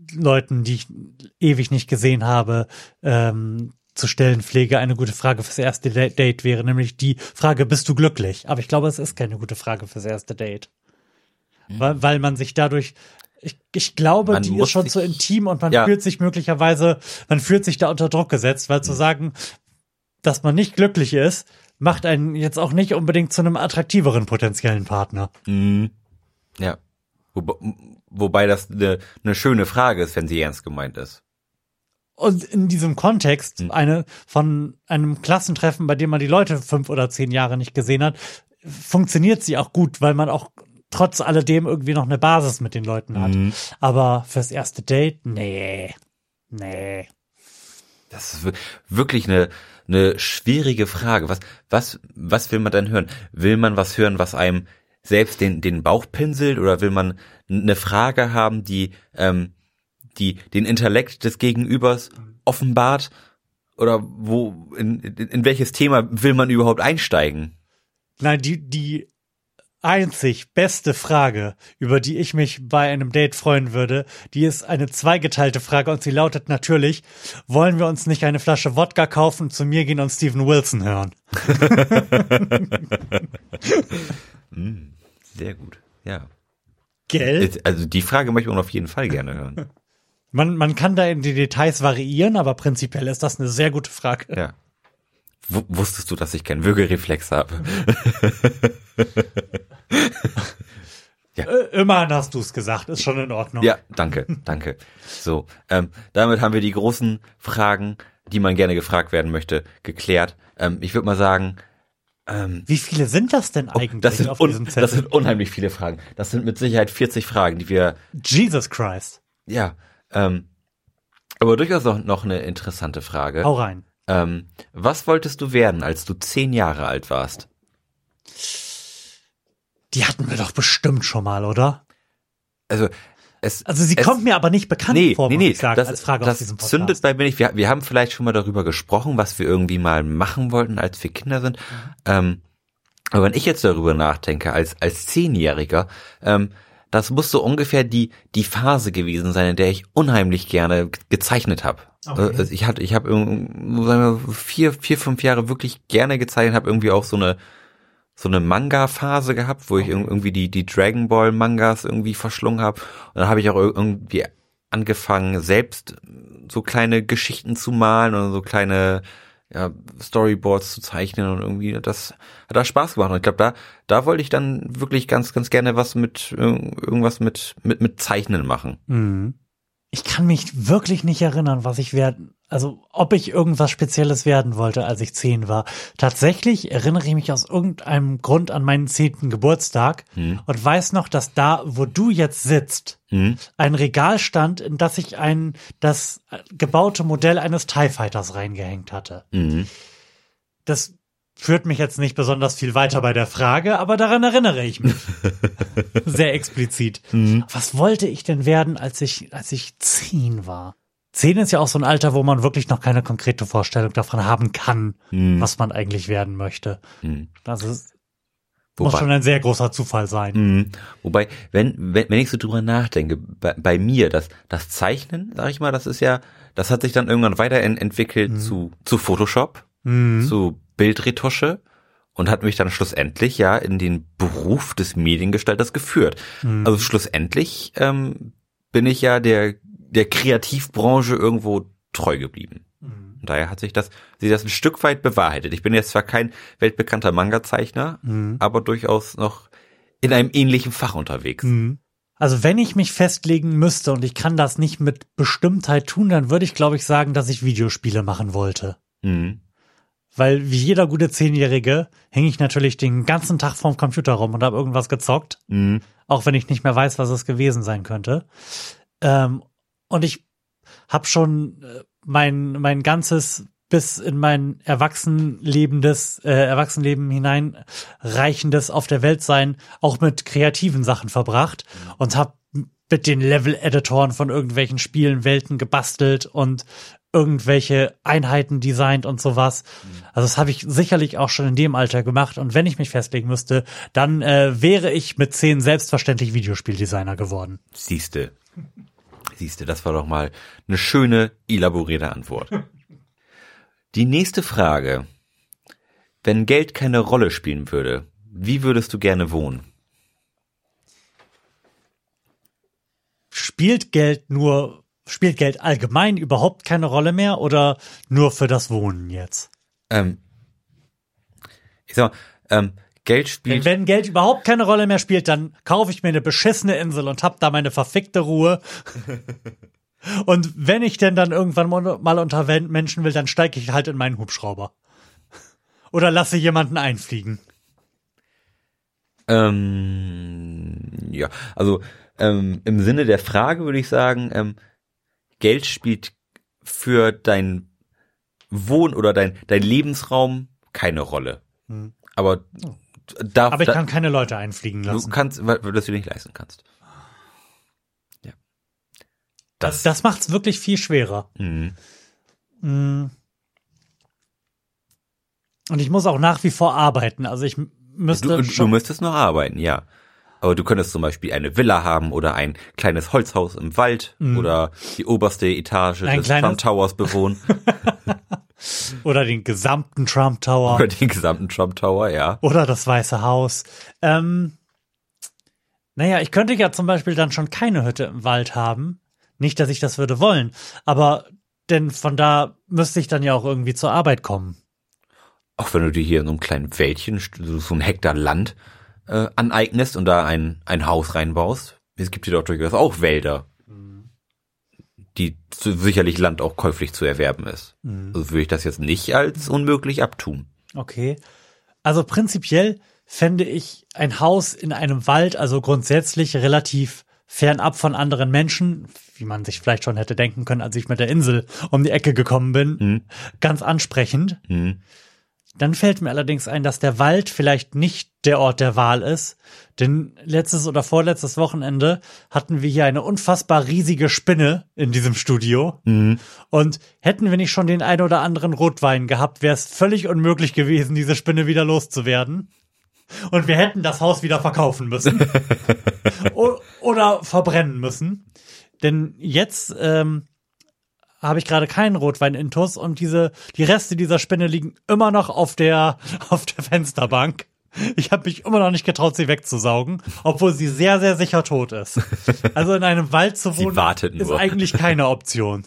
Leuten, die ich ewig nicht gesehen habe, ähm, zu stellen pflege. Eine gute Frage fürs erste Date wäre nämlich die Frage, bist du glücklich? Aber ich glaube, es ist keine gute Frage fürs erste Date. Mhm. Weil, weil man sich dadurch, ich, ich glaube, man die ist schon zu intim und man ja. fühlt sich möglicherweise, man fühlt sich da unter Druck gesetzt, weil mhm. zu sagen, dass man nicht glücklich ist, macht einen jetzt auch nicht unbedingt zu einem attraktiveren potenziellen Partner. Mhm. Ja. Wo, wobei das eine, eine schöne Frage ist, wenn sie ernst gemeint ist. Und in diesem Kontext mhm. eine von einem Klassentreffen, bei dem man die Leute fünf oder zehn Jahre nicht gesehen hat, funktioniert sie auch gut, weil man auch trotz alledem irgendwie noch eine Basis mit den Leuten hat. Mhm. Aber fürs erste Date, nee, nee. Das ist wirklich eine, eine schwierige Frage. Was, was, was will man denn hören? Will man was hören, was einem selbst den, den Bauch pinselt, oder will man eine Frage haben, die, ähm, die den Intellekt des Gegenübers offenbart, oder wo in, in, in welches Thema will man überhaupt einsteigen? Nein, die die einzig beste Frage, über die ich mich bei einem Date freuen würde, die ist eine zweigeteilte Frage und sie lautet natürlich: Wollen wir uns nicht eine Flasche Wodka kaufen, zu mir gehen und Steven Wilson hören? mm, sehr gut, ja. Gell? Also die Frage möchte man auf jeden Fall gerne hören. Man, man kann da in die Details variieren, aber prinzipiell ist das eine sehr gute Frage. Ja. W- wusstest du, dass ich keinen Würgereflex habe? ja. äh, immerhin hast du es gesagt, ist schon in Ordnung. Ja, danke, danke. So, ähm, damit haben wir die großen Fragen, die man gerne gefragt werden möchte, geklärt. Ähm, ich würde mal sagen, ähm, wie viele sind das denn eigentlich oh, das sind auf un- diesem Zettel? Das sind unheimlich viele Fragen. Das sind mit Sicherheit vierzig Fragen, die wir... Jesus Christ. Ja, ähm, aber durchaus noch, noch eine interessante Frage. Hau rein. Ähm, was wolltest du werden, als du zehn Jahre alt warst? Die hatten wir doch bestimmt schon mal, oder? Also, es, also sie es, kommt mir aber nicht bekannt nee, vor, nee, muss nee, ich sagen, das, als Frage das auf diesem Podcast. Zündet bei mir nicht. Wir, wir haben vielleicht schon mal darüber gesprochen, was wir irgendwie mal machen wollten, als wir Kinder sind. Mhm. Ähm, aber wenn ich jetzt darüber nachdenke, als als Zehnjähriger, ähm, das muss so ungefähr die die Phase gewesen sein, in der ich unheimlich gerne gezeichnet habe. Okay. Also ich hatte, ich habe vier, vier, fünf Jahre wirklich gerne gezeichnet, habe irgendwie auch so eine so eine Manga-Phase gehabt, wo ich okay. irgendwie die die Dragon Ball Mangas irgendwie verschlungen habe. Und dann habe ich auch irgendwie angefangen, selbst so kleine Geschichten zu malen oder so kleine ja, Storyboards zu zeichnen, und irgendwie das hat da Spaß gemacht. Und ich glaube, da da wollte ich dann wirklich ganz ganz gerne was mit irgendwas mit mit mit Zeichnen machen. Mhm. Ich kann mich wirklich nicht erinnern, was ich werden, also ob ich irgendwas Spezielles werden wollte, als ich zehn war. Tatsächlich erinnere ich mich aus irgendeinem Grund an meinen zehnten Geburtstag hm. und weiß noch, dass da, wo du jetzt sitzt, hm. ein Regal stand, in das ich ein das gebaute Modell eines TIE Fighters reingehängt hatte. Hm. Das führt mich jetzt nicht besonders viel weiter bei der Frage, aber daran erinnere ich mich. Sehr explizit. Mhm. Was wollte ich denn werden, als ich, als ich zehn war? Zehn ist ja auch so ein Alter, wo man wirklich noch keine konkrete Vorstellung davon haben kann, mhm. was man eigentlich werden möchte. Mhm. Das ist, Wobei, muss schon ein sehr großer Zufall sein. Mhm. Wobei, wenn, wenn, wenn ich so drüber nachdenke, bei, bei mir, das, das Zeichnen, sag ich mal, das ist ja, das hat sich dann irgendwann weiterentwickelt mhm. zu, zu Photoshop, mhm. zu Bildretusche, und hat mich dann schlussendlich ja in den Beruf des Mediengestalters geführt. Mhm. Also schlussendlich ähm, bin ich ja der der Kreativbranche irgendwo treu geblieben. Mhm. Und daher hat sich das sich das ein Stück weit bewahrheitet. Ich bin jetzt zwar kein weltbekannter Manga-Zeichner, mhm. aber durchaus noch in einem ähnlichen Fach unterwegs. Mhm. Also wenn ich mich festlegen müsste, und ich kann das nicht mit Bestimmtheit tun, dann würde ich, glaube ich, sagen, dass ich Videospiele machen wollte. Mhm. Weil wie jeder gute Zehnjährige hänge ich natürlich den ganzen Tag vorm Computer rum und habe irgendwas gezockt. Mhm. Auch wenn ich nicht mehr weiß, was es gewesen sein könnte. Ähm, und ich habe schon mein mein ganzes bis in mein Erwachsenenlebendes, äh, Erwachsenenleben hineinreichendes auf der Welt sein auch mit kreativen Sachen verbracht und habe mit den Level-Editoren von irgendwelchen Spielen Welten gebastelt und irgendwelche Einheiten designt und sowas. Also das habe ich sicherlich auch schon in dem Alter gemacht. Und wenn ich mich festlegen müsste, dann äh, wäre ich mit zehn selbstverständlich Videospieldesigner geworden. Siehste. Siehst du, das war doch mal eine schöne, elaborierte Antwort. Die nächste Frage. Wenn Geld keine Rolle spielen würde, wie würdest du gerne wohnen? Spielt Geld nur, spielt Geld allgemein überhaupt keine Rolle mehr oder nur für das Wohnen jetzt? Ähm, ich sag mal, ähm, Geld spielt... Wenn, wenn Geld überhaupt keine Rolle mehr spielt, dann kaufe ich mir eine beschissene Insel und hab da meine verfickte Ruhe. Und wenn ich denn dann irgendwann mal unter Menschen will, dann steige ich halt in meinen Hubschrauber. Oder lasse jemanden einfliegen. Ähm, ja, also ähm, im Sinne der Frage würde ich sagen, ähm, Geld spielt für dein Wohn- oder dein, dein Lebensraum keine Rolle. Hm. Aber oh. da, Aber ich da, kann keine Leute einfliegen lassen. Du kannst, weil, weil du das dir nicht leisten kannst. Ja. Das, das, das macht's wirklich viel schwerer. Mhm. Mhm. Und ich muss auch nach wie vor arbeiten. Also ich müsste du, schon... Du müsstest noch arbeiten, ja. Aber du könntest zum Beispiel eine Villa haben oder ein kleines Holzhaus im Wald mhm. oder die oberste Etage ein des kleines... Trump Towers bewohnen. Oder den gesamten Trump Tower. Oder den gesamten Trump Tower, ja. Oder das Weiße Haus. Ähm, naja, ich könnte ja zum Beispiel dann schon keine Hütte im Wald haben. Nicht, dass ich das würde wollen. Aber denn von da müsste ich dann ja auch irgendwie zur Arbeit kommen. Auch wenn du dir hier in so einem kleinen Wäldchen, so ein Hektar Land äh, aneignest und da ein, ein Haus reinbaust. Es gibt hier doch durchaus auch Wälder, mhm. die sicherlich Land auch käuflich zu erwerben ist. Mhm. Also würde ich das jetzt nicht als unmöglich abtun. Okay. Also prinzipiell fände ich ein Haus in einem Wald, also grundsätzlich relativ fernab von anderen Menschen, wie man sich vielleicht schon hätte denken können, als ich mit der Insel um die Ecke gekommen bin, mhm. ganz ansprechend. Mhm. Dann fällt mir allerdings ein, dass der Wald vielleicht nicht der Ort der Wahl ist, denn letztes oder vorletztes Wochenende hatten wir hier eine unfassbar riesige Spinne in diesem Studio mhm. und hätten wir nicht schon den ein oder anderen Rotwein gehabt, wäre es völlig unmöglich gewesen, diese Spinne wieder loszuwerden und wir hätten das Haus wieder verkaufen müssen o- oder verbrennen müssen, denn jetzt ähm, habe ich gerade keinen Rotwein-Intus und diese, die Reste dieser Spinne liegen immer noch auf der, auf der Fensterbank. Ich habe mich immer noch nicht getraut, sie wegzusaugen, obwohl sie sehr, sehr sicher tot ist. Also in einem Wald zu wohnen ist eigentlich keine Option.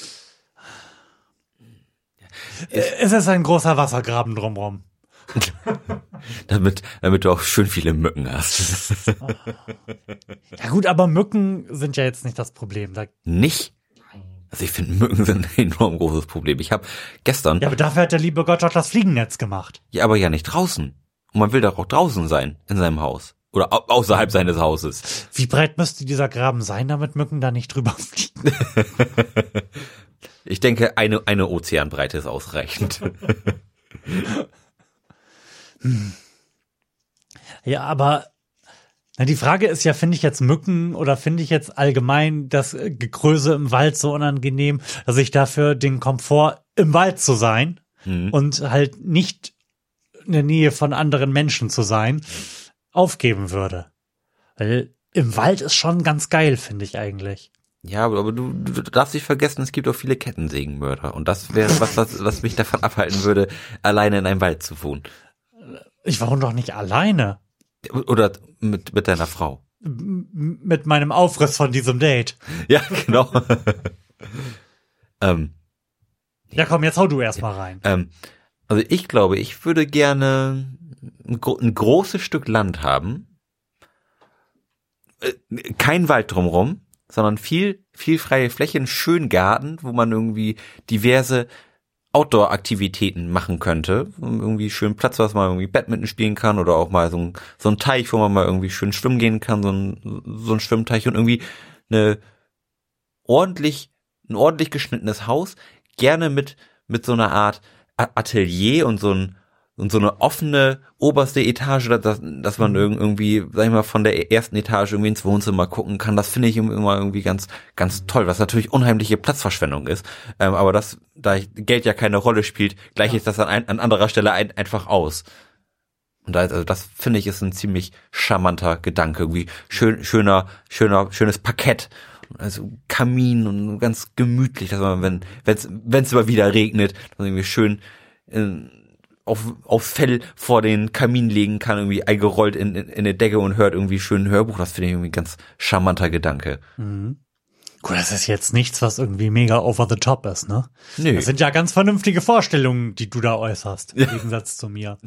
Es, es ist ein großer Wassergraben drumherum. damit, damit du auch schön viele Mücken hast. Ja gut, aber Mücken sind ja jetzt nicht das Problem. Da nicht? Also ich finde, Mücken sind ein enorm großes Problem. Ich habe gestern... Ja, aber dafür hat der liebe Gott doch das Fliegennetz gemacht. Ja, aber ja nicht draußen. Und man will doch auch draußen sein, in seinem Haus. Oder au- außerhalb seines Hauses. Wie breit müsste dieser Graben sein, damit Mücken da nicht drüber fliegen? Ich denke, eine, eine Ozeanbreite ist ausreichend. hm. Ja, aber... Na, die Frage ist ja, finde ich jetzt Mücken oder finde ich jetzt allgemein das Gekröse im Wald so unangenehm, dass ich dafür den Komfort im Wald zu sein mhm. und halt nicht in der Nähe von anderen Menschen zu sein, aufgeben würde. Weil im Wald ist schon ganz geil, finde ich eigentlich. Ja, aber, aber du, du darfst nicht vergessen, es gibt auch viele Kettensägenmörder und das wäre was, was, was mich davon abhalten würde, alleine in einem Wald zu wohnen. Ich wohne doch nicht alleine. Oder mit, mit deiner Frau. M- mit meinem Aufriss von diesem Date. Ja, genau. ähm, ja, komm, jetzt hau du erst mal rein. Ähm, also ich glaube, ich würde gerne ein, ein großes Stück Land haben. Äh, kein Wald drumrum, sondern viel, viel freie Fläche, einen schönen Garten, wo man irgendwie diverse Outdoor-Aktivitäten machen könnte. Irgendwie schön Platz, was man irgendwie Badminton spielen kann oder auch mal so ein, so ein Teich, wo man mal irgendwie schön schwimmen gehen kann, so ein, so ein Schwimmteich und irgendwie eine ordentlich, ein ordentlich geschnittenes Haus, gerne mit, mit so einer Art Atelier und so ein, und so eine offene oberste Etage, dass, dass man irgendwie, sag ich mal, von der ersten Etage irgendwie ins Wohnzimmer gucken kann. Das finde ich immer irgendwie ganz, ganz toll, was natürlich unheimliche Platzverschwendung ist. Ähm, aber das, da Geld ja keine Rolle spielt, gleiche ich das an, ein, an anderer Stelle ein, einfach aus. Und da, also das finde ich ist ein ziemlich charmanter Gedanke, irgendwie schön, schöner, schöner, schönes Parkett also Kamin und ganz gemütlich, dass man, wenn wenn's wenn's immer wieder regnet, dass man irgendwie schön in, auf aufs Fell vor den Kamin legen kann, irgendwie eingerollt in, in, in eine Decke und hört irgendwie schön ein Hörbuch. Das finde ich irgendwie ein ganz charmanter Gedanke. Mhm. Gut, das ist jetzt nichts, was irgendwie mega over the top ist, ne? Nö. Das sind ja ganz vernünftige Vorstellungen, die du da äußerst, im Gegensatz zu mir.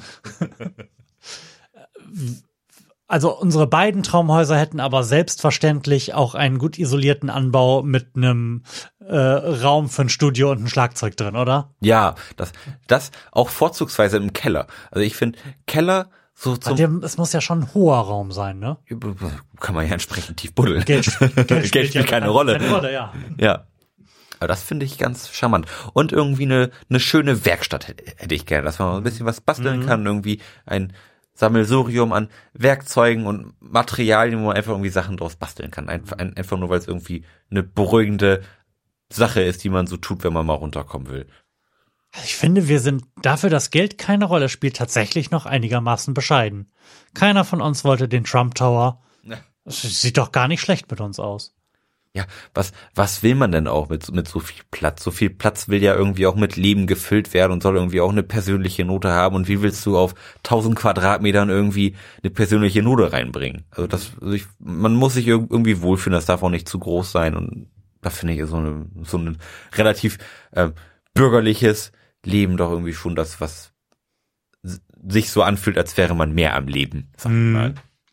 Also unsere beiden Traumhäuser hätten aber selbstverständlich auch einen gut isolierten Anbau mit einem äh, Raum für ein Studio und ein Schlagzeug drin, oder? Ja, das das auch vorzugsweise im Keller. Also ich finde Keller so zum Dem, es muss ja schon ein hoher Raum sein, ne? kann man ja entsprechend tief buddeln. Geld, Geld, Geld spielt ja keine Rolle. Keine Rolle, ja. Ja. Aber das finde ich ganz charmant. Und irgendwie eine eine schöne Werkstatt hätte, hätte ich gerne, dass man ein bisschen was basteln Mhm. kann, irgendwie ein Sammelsurium an Werkzeugen und Materialien, wo man einfach irgendwie Sachen draus basteln kann. Einfach, einfach nur, weil es irgendwie eine beruhigende Sache ist, die man so tut, wenn man mal runterkommen will. Ich finde, wir sind dafür, dass Geld keine Rolle spielt, tatsächlich noch einigermaßen bescheiden. Keiner von uns wollte den Trump Tower. Das sieht doch gar nicht schlecht mit uns aus. Ja, was was will man denn auch mit mit so viel Platz? So viel Platz will ja irgendwie auch mit Leben gefüllt werden und soll irgendwie auch eine persönliche Note haben. Und wie willst du auf tausend Quadratmetern irgendwie eine persönliche Note reinbringen? Also das, also ich, man muss sich irgendwie wohlfühlen. Das darf auch nicht zu groß sein. Und da finde ich so eine so ein relativ äh, bürgerliches Leben doch irgendwie schon das, was sich so anfühlt, als wäre man mehr am Leben. Sag ich mal.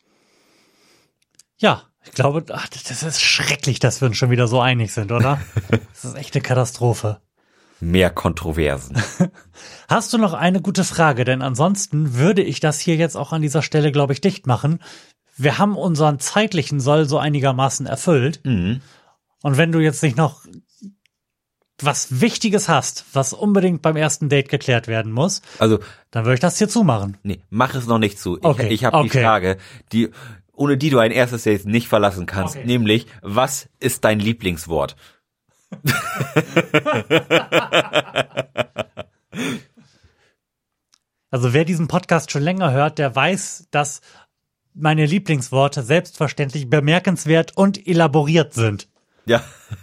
Ja, ich glaube, ach, das ist schrecklich, dass wir uns schon wieder so einig sind, oder? Das ist echt eine Katastrophe. Mehr Kontroversen. Hast du noch eine gute Frage? Denn ansonsten würde ich das hier jetzt auch an dieser Stelle, glaube ich, dicht machen. Wir haben unseren zeitlichen Soll so einigermaßen erfüllt. Mhm. Und wenn du jetzt nicht noch was Wichtiges hast, was unbedingt beim ersten Date geklärt werden muss, Also, dann würde ich das hier zumachen. nee, mach es noch nicht zu. Ich, Okay, ich habe die okay. Frage, die ohne die du ein erstes Date nicht verlassen kannst, Okay. nämlich, was ist dein Lieblingswort? Also wer diesen Podcast schon länger hört, der weiß, dass meine Lieblingsworte selbstverständlich bemerkenswert und elaboriert sind. Ja.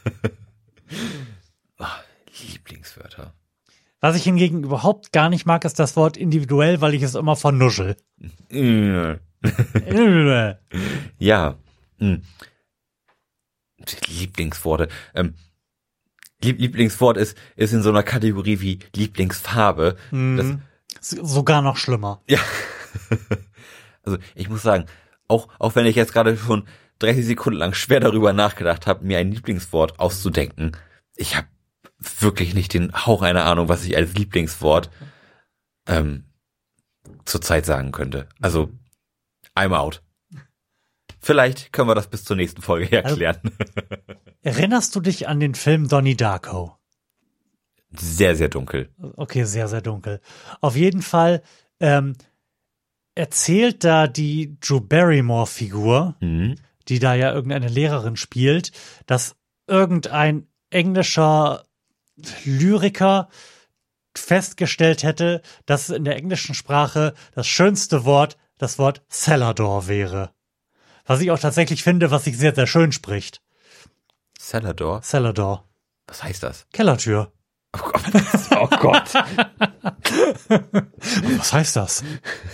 Ah, Lieblingswörter. Was ich hingegen überhaupt gar nicht mag, ist das Wort individuell, weil ich es immer vernuschel. Äh, Äh, Ja. Hm. Lieblingsworte. Ähm, Lieb Lieblingswort ist, ist in so einer Kategorie wie Lieblingsfarbe. Das, Sogar noch schlimmer. ja. Also ich muss sagen, auch, auch wenn ich jetzt gerade schon dreißig Sekunden lang schwer darüber nachgedacht habe, mir ein Lieblingswort auszudenken, ich habe wirklich nicht den Hauch einer Ahnung, was ich als Lieblingswort ähm, zurzeit sagen könnte. Also, I'm out. Vielleicht können wir das bis zur nächsten Folge erklären. Erinnerst du dich an den Film Donnie Darko? Sehr, sehr dunkel. Okay, sehr, sehr dunkel. Auf jeden Fall ähm, erzählt da die Drew Barrymore-Figur, Mhm. die da ja irgendeine Lehrerin spielt, dass irgendein englischer Lyriker festgestellt hätte, dass in der englischen Sprache das schönste Wort das Wort Cellador wäre. Was ich auch tatsächlich finde, was sich sehr, sehr schön spricht. Cellador? Cellador. Was heißt das? Kellertür. Oh Gott. Oh Gott. Was heißt das?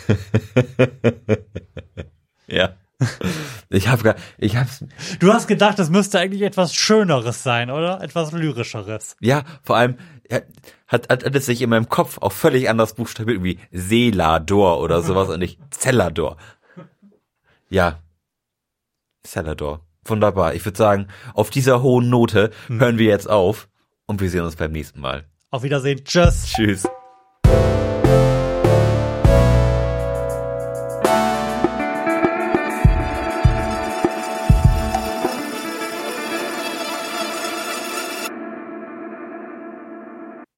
Ja. Ich habe gar, ich hab's, Du hast gedacht, es müsste eigentlich etwas Schöneres sein, oder? Etwas Lyrischeres. ja, vor allem ja, hat, hat, hat es sich in meinem Kopf auch völlig anders buchstabiert, wie Selador oder sowas und nicht Cellador. Ja. Cellador. Wunderbar. Ich würde sagen, auf dieser hohen Note hören wir jetzt auf und wir sehen uns beim nächsten Mal. Auf Wiedersehen. Tschüss. Tschüss.